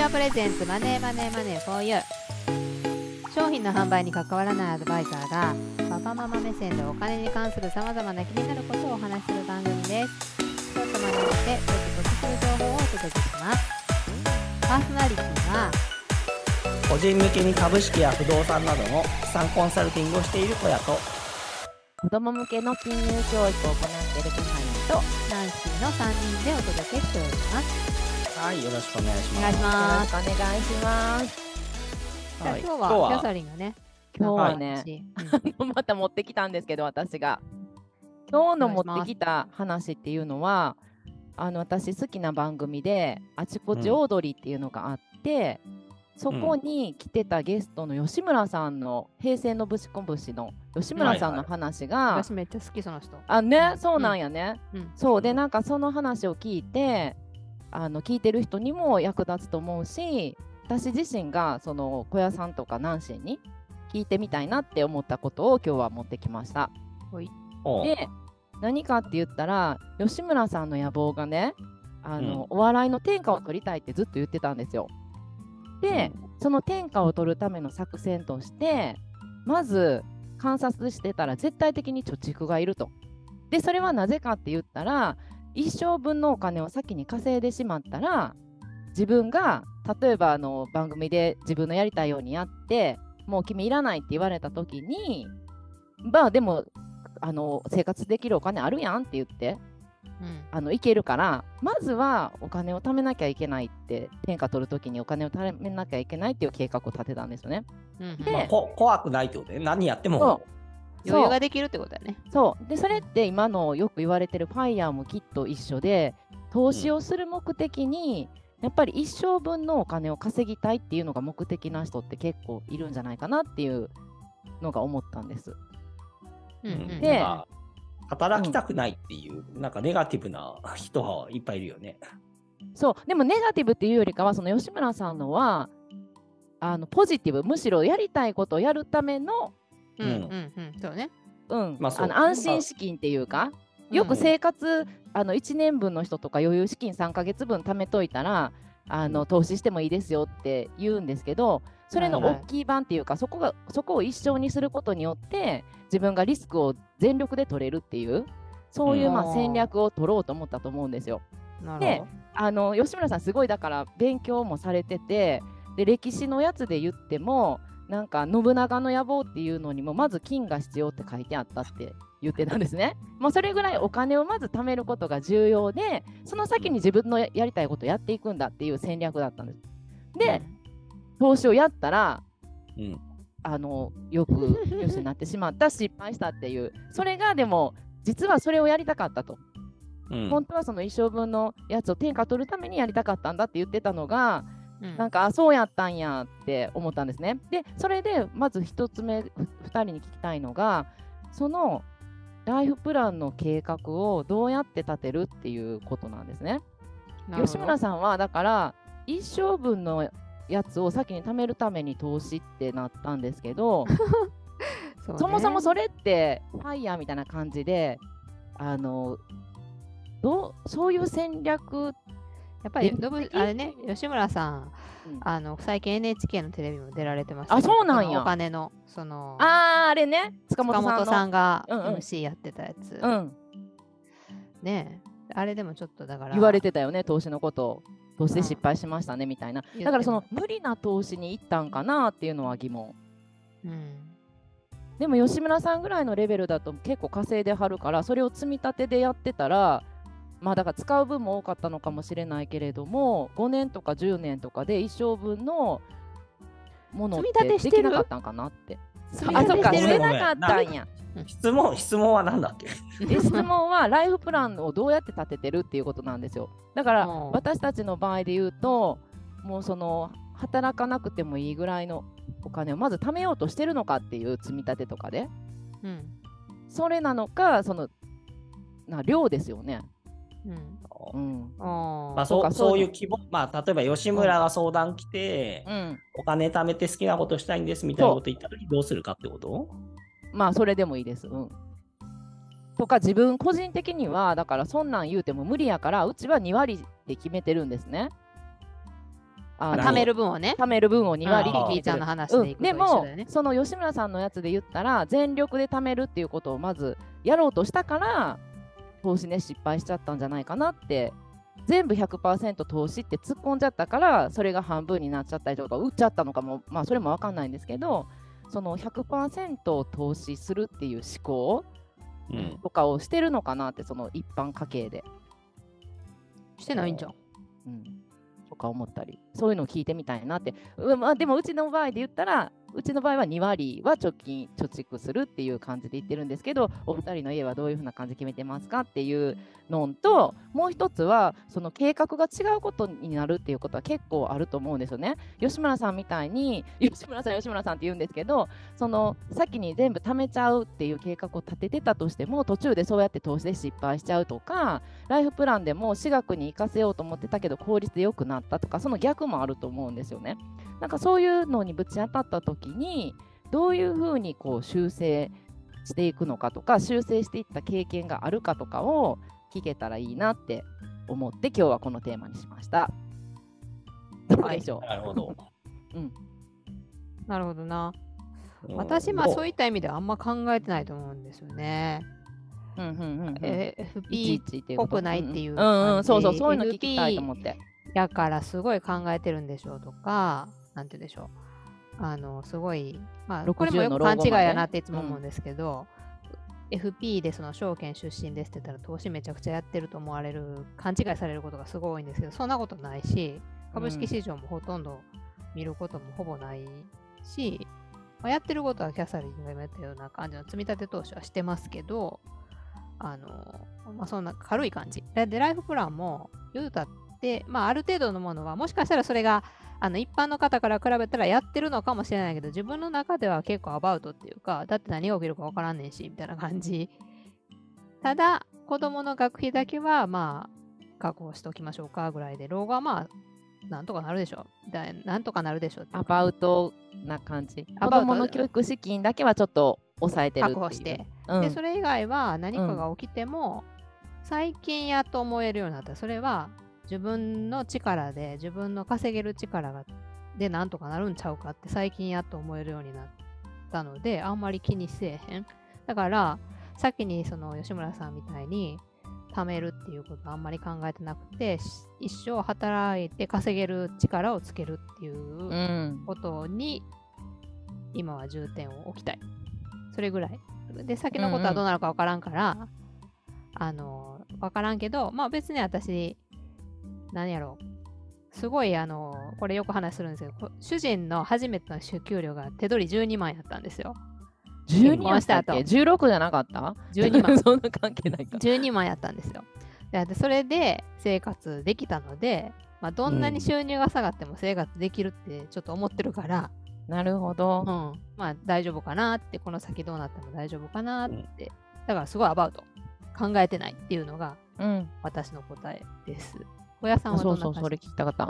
島プレゼンツマネーマネーマネー for you。 商品の販売に関わらないアドバイザーがパパママ目線でお金に関するさまざまな気になることをお話しする番組です。ちょっと学んで得する情報をお届けします。パーソナリティは個人向けに株式や不動産などの資産コンサルティングをしている小屋と、 子ども向けの金融教育を行っているビハインとナンシーの3人でお届けしております。 はい、よろしくお願いしお願いします。 ます。 よろしくお願いします。 じゃあはい、 今日はキャサリンがね、 今日はね、また持ってきたんですけど、私が今日の持ってきた話っていうのは、私好きな番組であちこちオードリーっていうのがあって、そこに来てたゲストの吉村さんの平成のぶしこぶしの吉村さんの話が、 私めっちゃ好きその人。 ね、そうなんやね、そうで、 うんなんかその話を聞いて、聞いてる人にも役立つと思うし、私自身がその小屋さんとかナンシーに聞いてみたいなって思ったことを今日は持ってきました。 おうで、何かって言ったら、吉村さんの野望がね、お笑いの天下を取りたいってずっと言ってたんですよ。で、その天下を取るための作戦として、まず観察してたら絶対的に貯蓄がいると。で、それはなぜかって言ったら、一生分のお金を先に稼いでしまったら、自分が例えば番組で自分のやりたいようにやって、もう君いらないって言われた時に、まあでも生活できるお金あるやんって言って、いけるから、まずはお金を貯めなきゃいけないって、天下取るときにお金を貯めなきゃいけないっていう計画を立てたんですよね。 まあ、怖くないってことで、何やっても余裕ができるってことだよね。 そうで、それって今のよく言われてるファイヤーもきっと一緒で、投資をする目的に、やっぱり一生分のお金を稼ぎたいっていうのが目的な人って結構いるんじゃないかなっていうのが思ったんです。 で、働きたくないっていう、なんかネガティブな人はいっぱいいるよね。 そうでもネガティブっていうよりかは、その吉村さんのはポジティブ、むしろやりたいことをやるためのそうね、 安心資金っていうか、よく生活1年分の人とか余裕資金3ヶ月分貯めといたら投資してもいいですよって言うんですけど、それの大きい版っていうか、そこを一生にすることによって自分がリスクを全力で取れるっていう、そういう戦略を取ろうと思ったと思うんですよ。で、吉村さんすごいだから勉強もされてて、で歴史のやつで言っても、なんか信長の野望っていうのにもまず金が必要って書いてあったって言ってたんですね。もうそれぐらいお金をまず貯めることが重要で、その先に自分のやりたいことをやっていくんだっていう戦略だったんです。で、投資をやったら、よくニュースになってしまった、失敗したっていう、それがでも実はそれをやりたかったと、本当はその一生分のやつを天下取るためにやりたかったんだって言ってたのが、なんかそうやったんやって思ったんですね。で、それでまず1つ目、2人に聞きたいのが、そのライフプランの計画をどうやって立てるっていうことなんですね。吉村さんはだから一生分のやつを先に貯めるために投資ってなったんですけどそもそもそれってファイヤーみたいな感じでそういう戦略、 やっぱりあれね、吉村さん、最近 NHK のテレビも出られてましたけど、 そうなんや。 お金のあれね、塚本さんが MC やってたやつ、ねえ、あれでもちょっとだから言われてたよね、投資のことを。投資で失敗しましたねみたいな。だからその無理な投資に行ったんかなっていうのは疑問。でも吉村さんぐらいのレベルだと結構稼いではるから、それを積み立てでやってたら、まあだから使う分も多かったのかもしれないけれども、5年とか10年とかで一生分のものってできなかったんかなって。そっか、してなかったんや。 質問は何だっけ？ 質問はライフプランをどうやって立ててるっていうことなんですよ。だから私たちの場合で言うと、もうその働かなくてもいいぐらいのお金をまず貯めようとしてるのかっていう積み立てとかで、それなのか、その量ですよね。 そういう希望、例えば吉村が相談来て、お金貯めて好きなことしたいんですみたいなこと言った時どうするかってこと？ それでもいいです。とか、自分個人的にはだからそんなん言うても無理やから、うちは2割って決めてるんですね。 貯める分をね。 貯める分を2割ピーちゃんの話でいくとで一緒だよね。 もその吉村さんのやつで言ったら全力で貯めるっていうことをまずやろうとしたから投資ね失敗しちゃったんじゃないかなって。全部 100% 投資って突っ込んじゃったからそれが半分になっちゃったりとか売っちゃったのかも、まあそれも分かんないんですけど、その 100% 投資するっていう思考とかをしてるのかなって、その一般家計でしてないんじゃん、 とか思ったり、そういうのを聞いてみたいなって。まあ、でもうちの場合で言ったらうちの場合は2割は貯蓄するっていう感じで言ってるんですけど、お二人の家はどういうふうな感じで決めてますかっていうのと、もう一つはその計画が違うことになるっていうことは結構あると思うんですよね。吉村さんみたいに吉村さんって言うんですけど、その先に全部貯めちゃうっていう計画を立ててたとしても途中でそうやって投資で失敗しちゃうとか、ライフプランでも私学に行かせようと思ってたけど効率で良くなったとか、その逆もあると思うんですよね。なんかそういうのにぶち当たった時にどういうふうにこう修正していくのかとか、修正していった経験があるかとかを聞けたらいいなって思って今日はこのテーマにしました。どうでしょう。 なるほど。 なるほどな。私そういった意味ではあんま考えてないと思うんですよね。FP っぽくないっていう感じ。 そういうの聞きたいと思って。 やからすごい考えてるんでしょうとか、なんて言うんでしょう。すごい、まあ、これもよく勘違いやなっていつも思うんですけど、FP でその証券出身ですって言ったら投資めちゃくちゃやってると思われる、勘違いされることがすごい多いんですけど、そんなことないし、株式市場もほとんど見ることもほぼないし、まあ、やってることはキャサリンが今言ったような感じの積み立て投資はしてますけど、まあ、そんな軽い感じ。で、ライフプランも言うたって、まあ、ある程度のものは、もしかしたらそれが一般の方から比べたらやってるのかもしれないけど、自分の中では結構アバウトっていうか、だって何が起きるか分からんねんし、みたいな感じ。ただ、子供の学費だけは、まあ、確保しておきましょうかぐらいで、老後はまあ、なんとかなるでしょ。なんとかなるでしょ。 アバウトな感じ。子供の教育資金だけはちょっと抑えてるっていう。 確保して。で、それ以外は何かが起きても、最近やっと思えるようになった。それは、自分の力で自分の稼げる力でなんとかなるんちゃうかって最近やっと思えるようになったので、あんまり気にせえへん。だから先にその吉村さんみたいに貯めるっていうことはあんまり考えてなくて、一生働いて稼げる力をつけるっていうことに今は重点を置きたい。それぐらいで、先のことはどうなるか分からんから、分からんけど、まあ別に私何やろう、すごいこれよく話するんですけど、主人の初めての給料が手取り12万やったんですよ。 12万したっけ？ 16 じゃなかった？ 12万そんな関係ないか。 12万やったんですよ。でそれで生活できたので、まあ、どんなに収入が下がっても生活できるってちょっと思ってるから、 なるほど、 まあ大丈夫かなって、この先どうなっても大丈夫かなって、だからすごいアバウト考えてないっていうのが私の答えです。小屋さんはどんな感じ？ それ聞きたかった。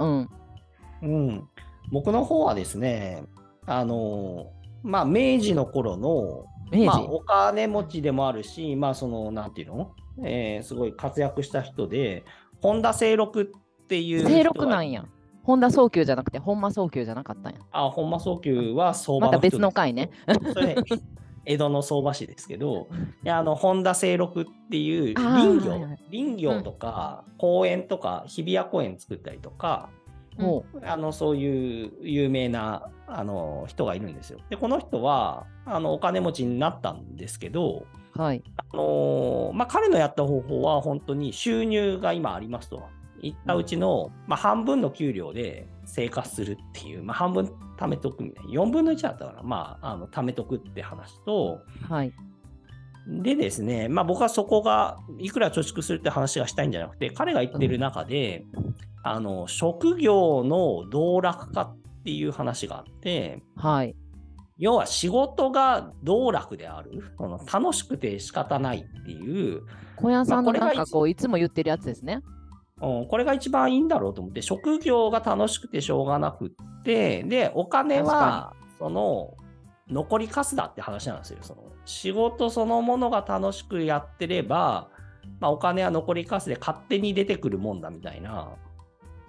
僕の方はですね、まあ、明治の頃の、まあ、お金持ちでもあるし、まあ、なんていうの、すごい活躍した人で、本田清六っていう。 清六なんや。本田宗久じゃなくて、本間宗久じゃなかったんや。 本間宗久は相場の人です。 また別の回ね。 それ江戸の相場師ですけど、本田清六っていう林業とか公園とか日比谷公園作ったりとか、そういう有名な人がいるんですよ。でこの人はお金持ちになったんですけど、まあ、彼のやった方法は本当に収入が今ありますと言ったうちの、まあ、半分の給料で生活するっていう、まあ、半分貯めとくみたいな、4分の1だったから、まあ、貯めとくって話と、でですね、まあ、僕はそこがいくら貯蓄するって話がしたいんじゃなくて、彼が言ってる中で、職業の道楽化っていう話があって、要は仕事が道楽である、楽しくて仕方ないっていう、 小屋さんのなんかこういつも言ってるやつですね。 これが一番いいんだろうと思って、職業が楽しくてしょうがなくって、でお金はその残りかすだって話なんですよ。仕事そのものが楽しくやってれば、まあ、お金は残りかすで勝手に出てくるもんだみたいな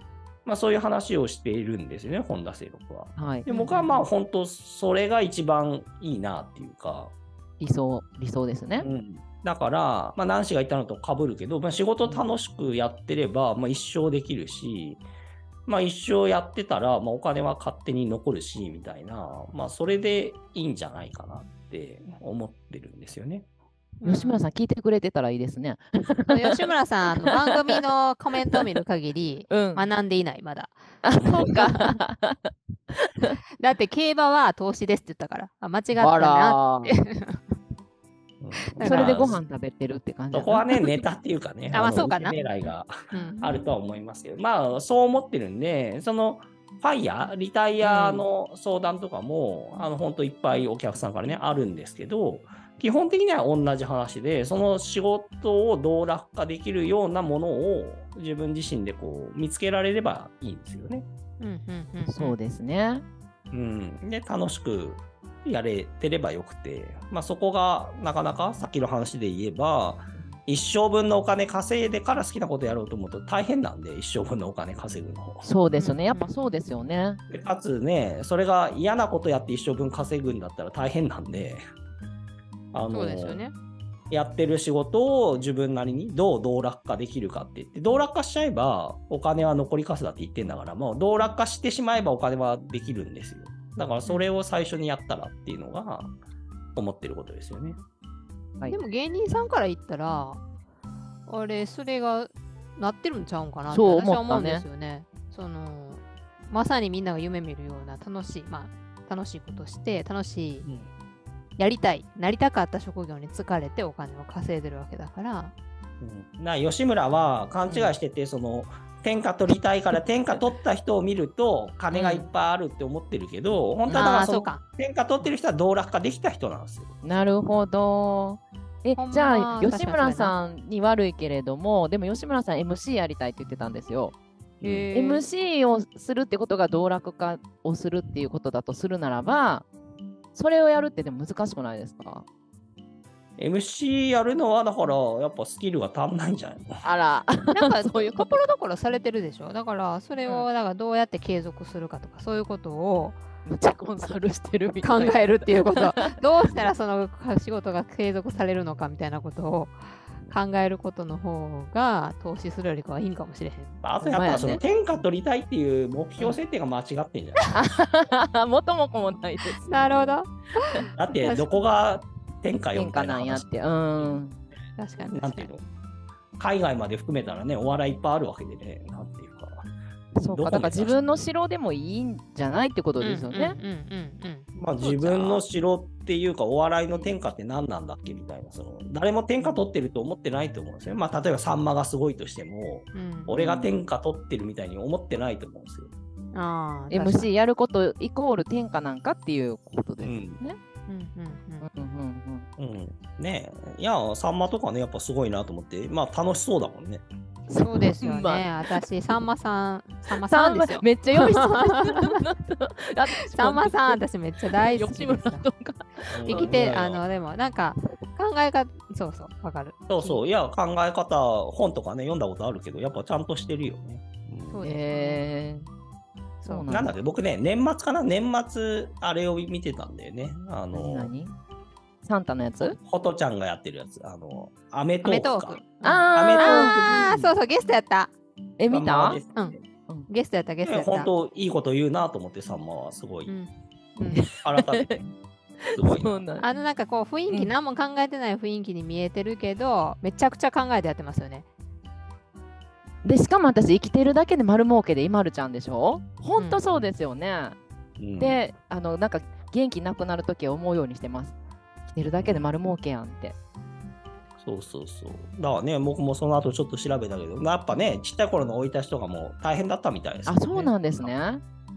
まあ、そういう話をしているんですよね、本田清六は。 はい、 で僕はまあ本当それが一番いいなっていうか、 理想ですね。 だから、まあ、ナンシーが言ったのと被るけど、まあ、仕事楽しくやってれば、まあ、一生できるし、まあ、一生やってたら、まあ、お金は勝手に残るしみたいな、まあ、それでいいんじゃないかなって思ってるんですよね。 吉村さん聞いてくれてたらいいですね。 吉村さん、番組のコメントを見る限り、学んでいない、まだ。 そうか。 だって競馬は投資ですって言ったから、間違ったなって。 それでご飯食べてるって感じ。 そこはね、ネタっていうかね、 そうかな。 狙いがあるとは思いますけど、まあ、そう思ってるんで、その、ファイヤー、リタイアの相談とかも、本当いっぱいお客さんからね、あるんですけど、基本的には同じ話で、その仕事を道楽化できるようなものを自分自身でこう見つけられればいいんですよね。 そうですね。 で、楽しくやれてればよくて、まあ、そこがなかなかさっきの話で言えば、一生分のお金稼いでから好きなことやろうと思うと大変なんで、一生分のお金稼ぐの。 そうですよね。やっぱそうですよね。 でかつね、それが嫌なことやって一生分稼ぐんだったら大変なんで、 そうですよね。 やってる仕事を自分なりにどう道楽化できるかって言って、道楽化しちゃえばお金は残りかすだって言ってんだから、もう道楽化してしまえばお金はできるんですよ。だからそれを最初にやったらっていうのが思ってることですよね。 はい、でも芸人さんから言ったら、あれ、それがなってるんちゃうんかなって私は思うんですよね。まさにみんなが夢見るような楽しい、楽しいことして、楽しい、やりたい、なりたかった職業に疲れてお金を稼いでるわけだから。 吉村は勘違いしてて、天下取りたいから天下取った人を見ると金がいっぱいあるって思ってるけど、本当はだから天下取ってる人は道楽化できた人なんですよ。 なるほど。じゃあ吉村さんに悪いけれども、でも吉村さん MC やりたいって言ってたんですよ。MC をするってことが道楽化をするっていうことだとするならば、それをやるってでも難しくないですか ？MC やるのはだからやっぱスキルが足んないんじゃないの？ あら、 なんかそういうところどころされてるでしょ。だからそれをだからどうやって継続するかとか、そういうことをむちゃコンサルしてるみたいな考えるっていうことどうしたらその仕事が継続されるのかみたいなことを考えることの方が投資するよりかはいいんかもしれへん。 あとやっぱその天下取りたいっていう目標設定が間違ってんじゃない？ 元も子もないです。 なるほど。 だってどこが天下よみたいななんやって。 確かに。 なんていうの？海外まで含めたらね、お笑いいっぱいあるわけでね、なんていうか。 そうか、だから自分の城でもいいんじゃないってことですよね。 まあ自分の城っていうか、お笑いの天下って何なんだっけみたいな、誰も天下取ってると思ってないと思うんですよ。まあ例えばさんまがすごいとしても、俺が天下取ってるみたいに思ってないと思うんですよ。 MC やることイコール天下なんかっていうことですね。 ねえ、いや、さんまとかね、やっぱすごいなと思って、まあ楽しそうだもんね。 そうですよね。私、さんまさんですよ。 めっちゃ読みそう。 さんまさん、私めっちゃ大好きです。生きて、でもなんか考え方、そうそう、わかる。 そうそう、いや、考え方、本とかね、読んだことあるけど、やっぱちゃんとしてるよね。 そうです。 そうなんだっけ、僕ね、年末かな、年末、あれを見てたんだよね。 何サンタのやつ？ ホトちゃんがやってるやつ。アメトークか。 アメトーク。ああ、そうそう、ゲストやった。 見た？ ゲストやった、ゲストやった。 本当、いいこと言うなと思って、さんまはすごい。改めて。すごい。 なんかこう、雰囲気、何も考えてない雰囲気に見えてるけど、めちゃくちゃ考えてやってますよね。 で、しかも私、生きてるだけで丸儲けで今るちゃんでしょ？ほんとそうですよね。で、なんか元気なくなるときは思うようにしてます。生きてるだけで丸儲けやんって。 そうそうそう。だからね、僕もその後ちょっと調べたけど、やっぱね、ちっちゃい頃の置いた人がもう大変だったみたいです、ね。 そうなんですね。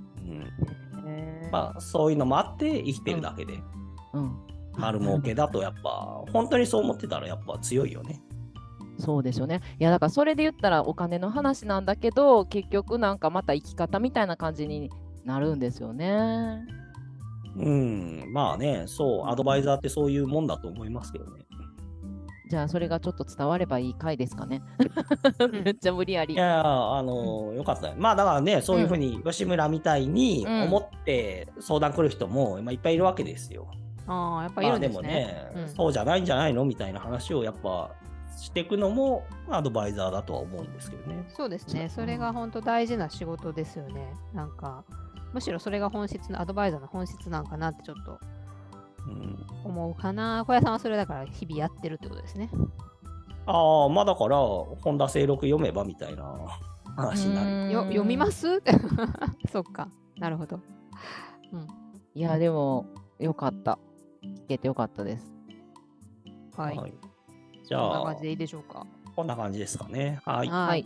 まあ、そういうのもあって生きてるだけで。丸儲けだとやっぱ、本当にそう思ってたらやっぱ強いよね。 そうですよね。いやだからそれで言ったらお金の話なんだけど、結局なんかまた生き方みたいな感じになるんですよね。 まあね、そう、アドバイザーってそういうもんだと思いますけどね。 じゃあそれがちょっと伝わればいい回ですかね。めっちゃ無理やり。 いやよかったよ。まあだからね、そういうふうに吉村みたいに思って相談来る人もいっぱいいるわけですよ。 やっぱいるんですね。でもね、そうじゃないんじゃないのみたいな話をやっぱしていくのもアドバイザーだとは思うんですけどね。 そうですね。それが本当大事な仕事ですよね。なんかむしろそれが本質のアドバイザーの本質なんかなってちょっと思うかな。小屋さんはそれだから日々やってるってことですね。 まあだから本田清六読めばみたいな話になる。 読みますそっか。なるほど。 いやでもよかった。聞けてよかったです。 はい。 じゃあ、 こんな感じでいいでしょうか。 こんな感じですかね。はい。 はい、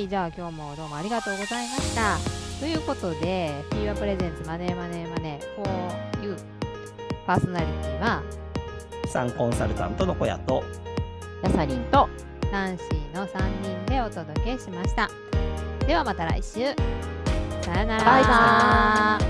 じゃあ今日もどうもありがとうございました。ということで、フィーバープレゼンツマネーマネーマネー for you パーソナリティは、 資産コンサルタントの小屋と、 ヤサリンとナンシーの3人でお届けしました。ではまた来週。さよなら。 バイバーイ。